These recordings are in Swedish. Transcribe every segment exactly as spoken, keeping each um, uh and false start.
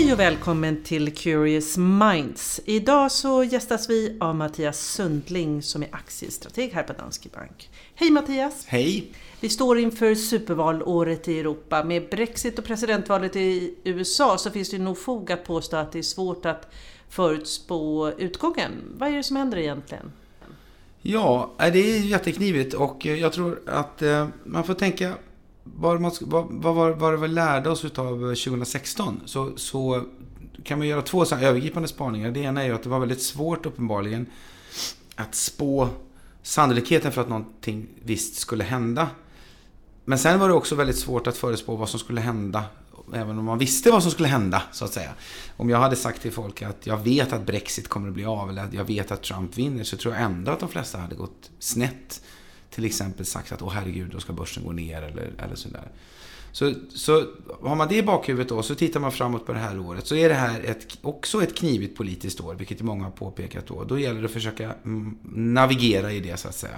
Hej och välkommen till Curious Minds. Idag så gästas vi av Mattias Sundling som är aktiestrateg här på Danske Bank. Hej Mattias! Hej! Vi står inför supervalåret i Europa. Med Brexit och presidentvalet i U S A så finns det nog fog att påstå att det är svårt att förutspå utgången. Vad är det som händer egentligen? Ja, det är jätteknivigt och jag tror att man får tänka vad, man, vad, vad, vad vi lärde oss av tjugohundrasexton. Så, så kan man göra två så här övergripande spaningar. Det ena är ju att det var väldigt svårt uppenbarligen att spå sannolikheten för att någonting visst skulle hända. Men sen var det också väldigt svårt att förutspå vad som skulle hända, även om man visste vad som skulle hända, så att säga. Om jag hade sagt till folk att jag vet att Brexit kommer att bli av eller att jag vet att Trump vinner, så tror jag ändå att de flesta hade gått snett. Till exempel sagt att åh herregud, då ska börsen gå ner eller, eller sådär. Så, så har man det i bakhuvudet då, så tittar man framåt på det här året, så är det här ett, också ett knivigt politiskt år, vilket många har påpekat då. Då gäller det att försöka navigera i det, så att säga.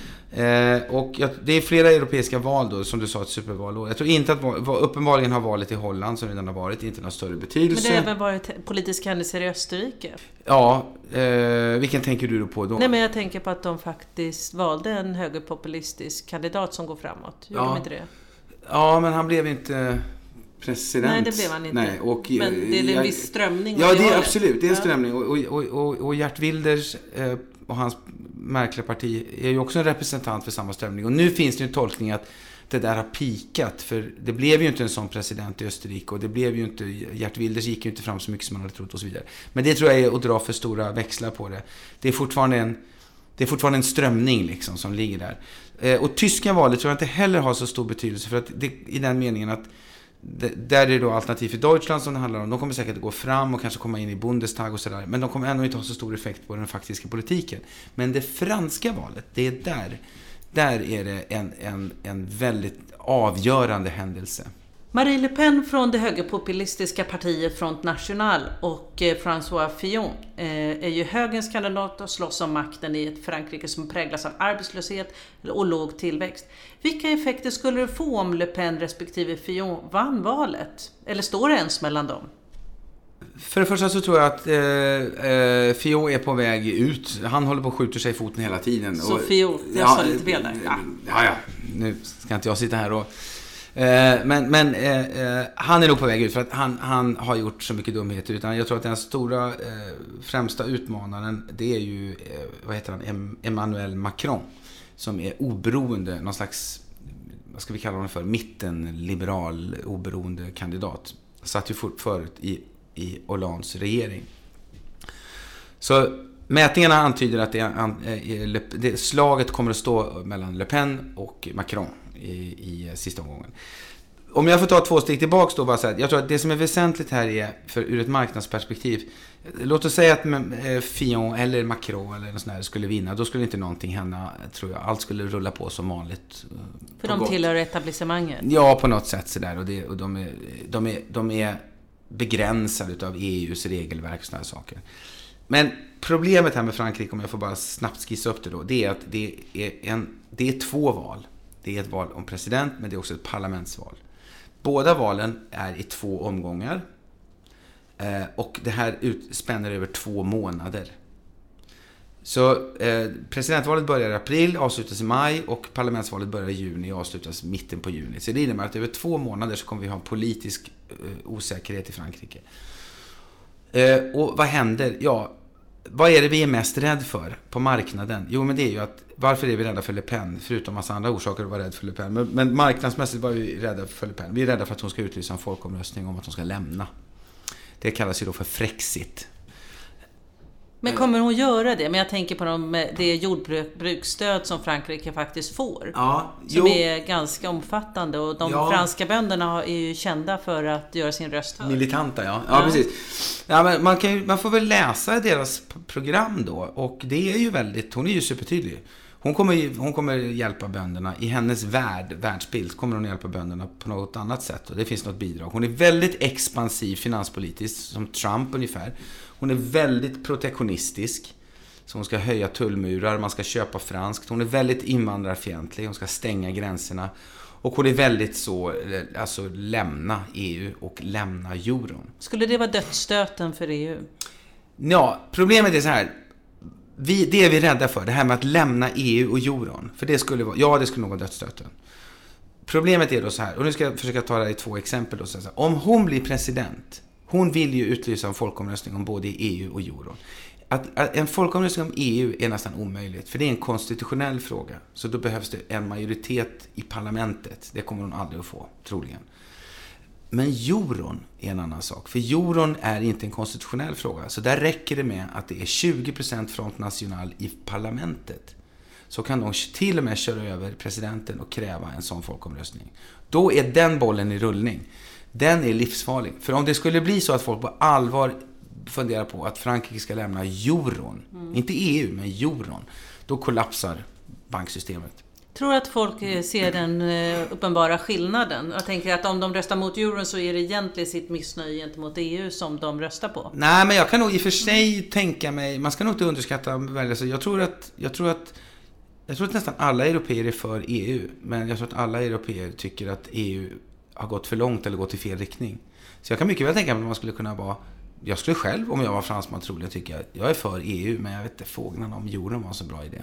Mm. Eh, och jag, det är flera europeiska val då, som du sa, ett supervalår. Jag tror inte att uppenbarligen har valet i Holland, som redan har varit, inte någon större betydelse. Men det har även varit politiska händelser i Österrike. Ja, eh, vilken tänker du då på då? Nej, men jag tänker på att de faktiskt valde en högerpopulistisk kandidat som går framåt. Gjorde ja. de inte det? Ja, men han blev inte president. Nej, det blev han inte. Nej, och, men det är en viss strömning. Ja, det är absolut. Det är en strömning. Och, och, och, och Gert Wilders eh, och hans märkliga parti är ju också en representant för samma strömning. Och nu finns det ju en tolkning att det där har pikat. För det blev ju inte en sån president i Österrike. Och det blev ju inte, Gert Wilders gick ju inte fram så mycket som man hade trott och så vidare. Men det tror jag är att dra för stora växlar på det. Det är fortfarande en, det är fortfarande en strömning liksom som ligger där. Och tyska valet tror jag inte heller har så stor betydelse, för att det, i den meningen att det, där är det då alternativ för Deutschland som det handlar om. De kommer säkert att gå fram och kanske komma in i Bundestag och sådär, men de kommer ändå inte ha så stor effekt på den faktiska politiken. Men det franska valet, det är där, där är det en, en, en väldigt avgörande händelse. Marine Le Pen från det högerpopulistiska partiet Front National och François Fillon är ju högerns kandidat och slåss om makten i ett Frankrike som präglas av arbetslöshet och låg tillväxt. Vilka effekter skulle det få om Le Pen respektive Fillon vann valet? Eller står det ens mellan dem? För det första så tror jag att eh, Fillon är på väg ut. Han håller på att skjuta sig i foten hela tiden. Så och, Fillon, jag ja, sa lite fel där. Ja. ja, ja. Nu ska inte jag sitta här och Men, men eh, han är nog på väg ut, för att han, han har gjort så mycket dumheter. Utan jag tror att den stora eh, främsta utmanaren, det är ju eh, vad heter han? Emmanuel Macron, som är oberoende, någon slags, vad ska vi kalla honom för, mittenliberal oberoende kandidat. Satt ju förut i, i Hollands regering. Så mätningarna antyder att det, det, slaget kommer att stå mellan Le Pen och Macron i, i sista omgången. Om jag får ta två steg tillbaka då, bara så här, jag tror att det som är väsentligt här är, för ur ett marknadsperspektiv, låt oss säga att Fillon eller Macron eller något sånt här skulle vinna, då skulle inte någonting hända, tror jag. Allt skulle rulla på som vanligt. För de tillhör etablissemanget? Ja, på något sätt sådär, och, det, och de, är, de, är, de är begränsade av E U:s regelverk och sådana här saker. Men problemet här med Frankrike, om jag får bara snabbt skissa upp det då, det är att det är, en, det är två val. Det är ett val om president, men det är också ett parlamentsval. Båda valen är i två omgångar. Eh, och det här spänner över två månader. Så eh, presidentvalet börjar i april, avslutas i maj, och parlamentsvalet börjar i juni och avslutas mitten på juni. Så det innebär att över två månader så kommer vi ha en politisk eh, osäkerhet i Frankrike. Eh, och vad händer? Ja, vad är det vi är mest rädd för på marknaden? Jo, men det är ju att, varför är vi rädda för Le Pen? Förutom massa andra orsaker att vara rädd för Le Pen. Men, men marknadsmässigt var vi rädda för Le Pen. Vi är rädda för att hon ska utlysa en folkomröstning om att hon ska lämna. Det kallas ju då för Frexit. Men kommer hon göra det? Men jag tänker på de, det jordbruksstöd som Frankrike faktiskt får. Ja, som jo. är ganska omfattande. Och de ja. franska bönderna är ju kända för att göra sin röst hörd. Militanta, ja. Ja, ja. precis. Ja, men man, kan ju, man får väl läsa deras program då. Och det är ju väldigt, hon är ju supertydlig. Hon kommer, hon kommer hjälpa bönderna i hennes värld, världsbild. Kommer hon hjälpa bönderna på något annat sätt. Och det finns något bidrag. Hon är väldigt expansiv finanspolitiskt, som Trump ungefär. Hon är väldigt protektionistisk. Så hon ska höja tullmurar, man ska köpa franskt. Hon är väldigt invandrarfientlig, hon ska stänga gränserna. Och hon är väldigt så, alltså lämna E U och lämna euron. Skulle det vara dödsstöten för E U? Ja, problemet är så här. Vi, det är vi rädda för, det här med att lämna E U och euron. För det skulle vara, ja det skulle nog vara dödsstöten. Problemet är då så här, och nu ska jag försöka ta det i två exempel. Då, så här, om hon blir president, hon vill ju utlysa en folkomröstning om både E U och euron. Att, att en folkomröstning om E U är nästan omöjligt, för det är en konstitutionell fråga. Så då behövs det en majoritet i parlamentet. Det kommer hon aldrig att få, troligen. Men euron är en annan sak. För euron är inte en konstitutionell fråga. Så där räcker det med att det är tjugo procent Front National i parlamentet. Så kan de till och med köra över presidenten och kräva en sån folkomröstning. Då är den bollen i rullning. Den är livsfarlig. För om det skulle bli så att folk på allvar funderar på att Frankrike ska lämna euron, mm. inte E U men euron, då kollapsar banksystemet. Tror att folk ser den uppenbara skillnaden? Jag tänker att om de röstar mot euron så är det egentligen sitt missnöje gentemot E U som de röstar på. Nej, men jag kan nog i och för sig tänka mig, man ska nog inte underskatta väljare. Jag tror att jag tror att jag tror att nästan alla européer är för E U, men jag tror att alla européer tycker att E U har gått för långt eller gått i fel riktning. Så jag kan mycket väl tänka mig att man skulle kunna vara, jag skulle själv om jag var fransman troligen tycka att jag är för E U, men jag vet inte fåglarna om euron var så bra idé.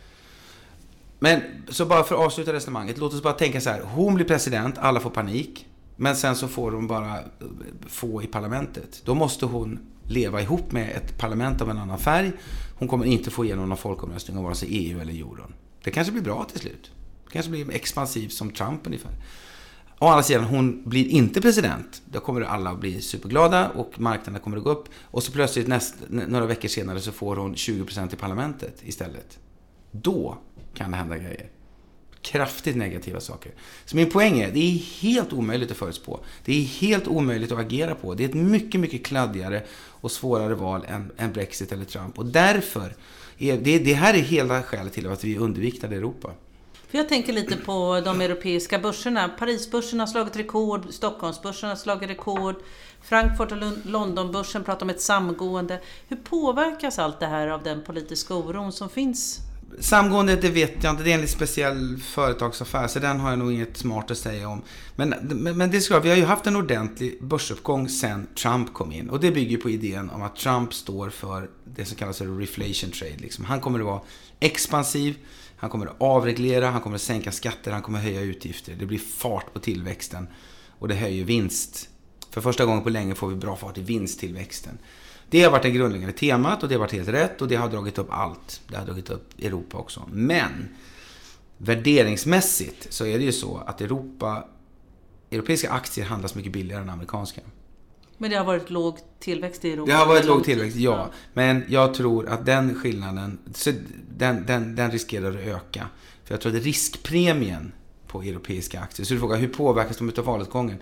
Men så bara för att avsluta resonemanget, låt oss bara tänka så här, hon blir president, alla får panik, men sen så får hon bara få i parlamentet. Då måste hon leva ihop med ett parlament av en annan färg. Hon kommer inte få igenom någon folkomröstning om vare sig E U eller euron. Det kanske blir bra till slut. Det kanske blir expansivt som Trump ungefär. Å andra sidan, hon blir inte president. Då kommer alla bli superglada och marknaden kommer att gå upp. Och så plötsligt näst, några veckor senare så får hon tjugo procent i parlamentet istället. Då kan det hända grejer. Kraftigt negativa saker. Så min poäng är, det är helt omöjligt att förutspå. Det är helt omöjligt att agera på. Det är ett mycket, mycket kladdigare och svårare val än, än Brexit eller Trump. Och därför, är, det, det här är hela skälet till att vi är underviktade i Europa. För jag tänker lite på de europeiska börserna. Parisbörsen har slagit rekord, Stockholmsbörsen har slagit rekord, Frankfurt och Londonbörsen pratar om ett samgående. Hur påverkas allt det här av den politiska oron som finns? Samgåendet, det vet jag inte, det är en lite speciell företagsaffär, så den har jag nog inget smart att säga om. Men, men, men det är klart, vi har ju haft en ordentlig börsuppgång sen Trump kom in. Och det bygger på idén om att Trump står för det som kallas för reflation trade. Liksom. Han kommer att vara expansiv, han kommer att avreglera, han kommer att sänka skatter, han kommer att höja utgifter. Det blir fart på tillväxten och det höjer vinst. För första gången på länge får vi bra fart i vinsttillväxten. Det har varit det grundläggande temat och det har varit helt rätt och det har dragit upp allt. Det har dragit upp Europa också. Men värderingsmässigt så är det ju så att Europa, europeiska aktier handlas mycket billigare än amerikanska. Men det har varit låg tillväxt i Europa? Det har varit låg tillväxt, ja. Men jag tror att den skillnaden, så den, den, den riskerar att öka. För jag tror att riskpremien på europeiska aktier, så du frågar hur påverkas de utav valutgången?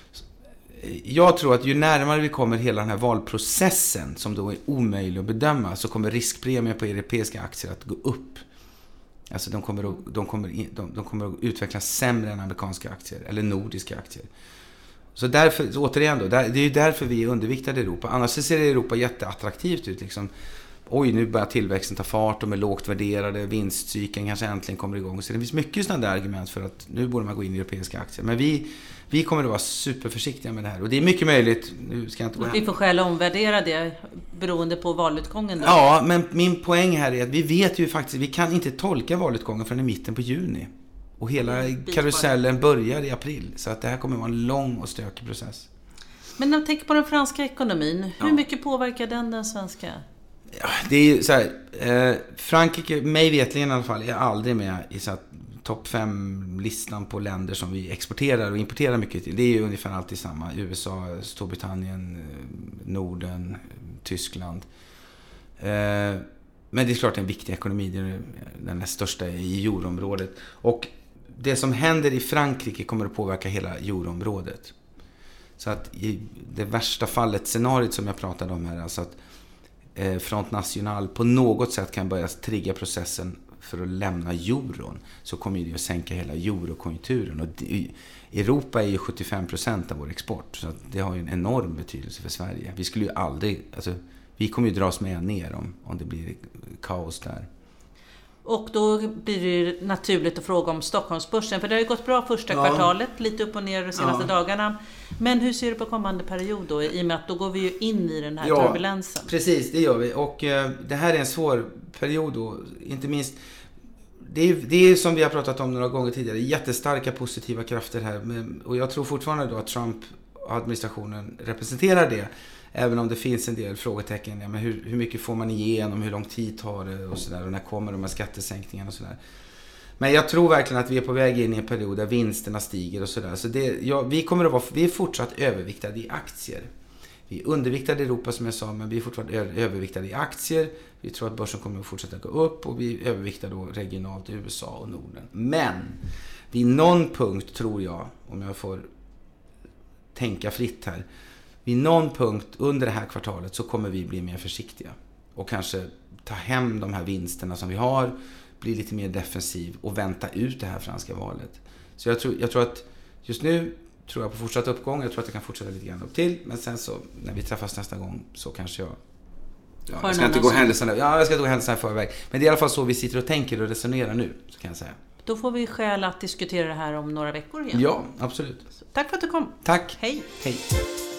Jag tror att ju närmare vi kommer hela den här valprocessen som då är omöjlig att bedöma, så kommer riskpremien på europeiska aktier att gå upp. Alltså de kommer att, de kommer, de, de kommer att utvecklas sämre än amerikanska aktier eller nordiska aktier. Så därför, så återigen då, det är ju därför vi är underviktade i Europa. Annars ser Europa jätteattraktivt ut liksom. Oj, nu börjar tillväxten ta fart, de är lågt värderade, vinstcykeln kanske äntligen kommer igång. Så det finns mycket sådana där argument för att nu borde man gå in i europeiska aktier. Men vi, vi kommer att vara superförsiktiga med det här. Och det är mycket möjligt, nu ska jag inte gå Vi får skäl att omvärdera det beroende på valutgången då. Ja, men min poäng här är att vi vet ju faktiskt, vi kan inte tolka valutgången förrän i mitten på juni. Och hela karusellen börjar i april. Så att det här kommer att vara en lång och stökig process. Men när man tänker på den franska ekonomin, hur ja. mycket påverkar den den svenska? Ja, det är ju så här, eh, Frankrike, mig vetligen i alla fall, är aldrig med i så att topp fem listan på länder som vi exporterar och importerar mycket till. Det är ju ungefär alltid samma. U S A, Storbritannien, Norden, Tyskland. Eh, men det är klart en viktig ekonomi, det är den största i euroområdet. Och det som händer i Frankrike kommer att påverka hela euroområdet. Så att i det värsta fallet, scenariot som jag pratade om här, alltså att Front National på något sätt kan börja trigga processen för att lämna euron, så kommer det att sänka hela eurokonjunkturen. Och Europa är ju sjuttiofem procent av vår export, så att det har ju en enorm betydelse för Sverige. Vi skulle ju aldrig, alltså, vi kommer ju dras med ner om, om det blir kaos där. Och då blir det naturligt att fråga om Stockholmsbörsen. För det har ju gått bra första ja. kvartalet, lite upp och ner de senaste ja. dagarna. Men hur ser du på kommande period då? I och med att då går vi ju in i den här ja, turbulensen. Precis, det gör vi. Och eh, det här är en svår period då. Inte minst, det är, det är som vi har pratat om några gånger tidigare, jättestarka positiva krafter här. Men, och jag tror fortfarande då att Trump-administrationen representerar det. Även om det finns en del frågetecken. Ja, men hur, hur mycket får man igenom? Hur lång tid tar det? Och, så där, och när kommer de här skattesänkningarna och sådär. Men jag tror verkligen att vi är på väg in i en period där vinsterna stiger och sådär. Så det, ja, vi, kommer att vara, vi är fortsatt överviktade i aktier. Vi är underviktade i Europa som jag sa, men vi är fortfarande överviktade i aktier. Vi tror att börsen kommer att fortsätta gå upp och vi är överviktade då regionalt i U S A och Norden. Men vid någon punkt tror jag, om jag får tänka fritt här, vid någon punkt under det här kvartalet så kommer vi bli mer försiktiga och kanske ta hem de här vinsterna som vi har, bli lite mer defensiv och vänta ut det här franska valet. Så jag tror, jag tror att just nu tror jag på fortsatt uppgång. Jag tror att det kan fortsätta lite grann upp till, men sen så när vi träffas nästa gång så kanske jag ja, jag ska inte gå händelserna ja, jag ska inte gå händelserna i förväg. Men det är i alla fall så vi sitter och tänker och resonerar nu, så kan jag säga. Då får vi skäl att diskutera det här om några veckor igen. Ja, absolut. Så, tack för att du kom. Tack. Hej. Hej.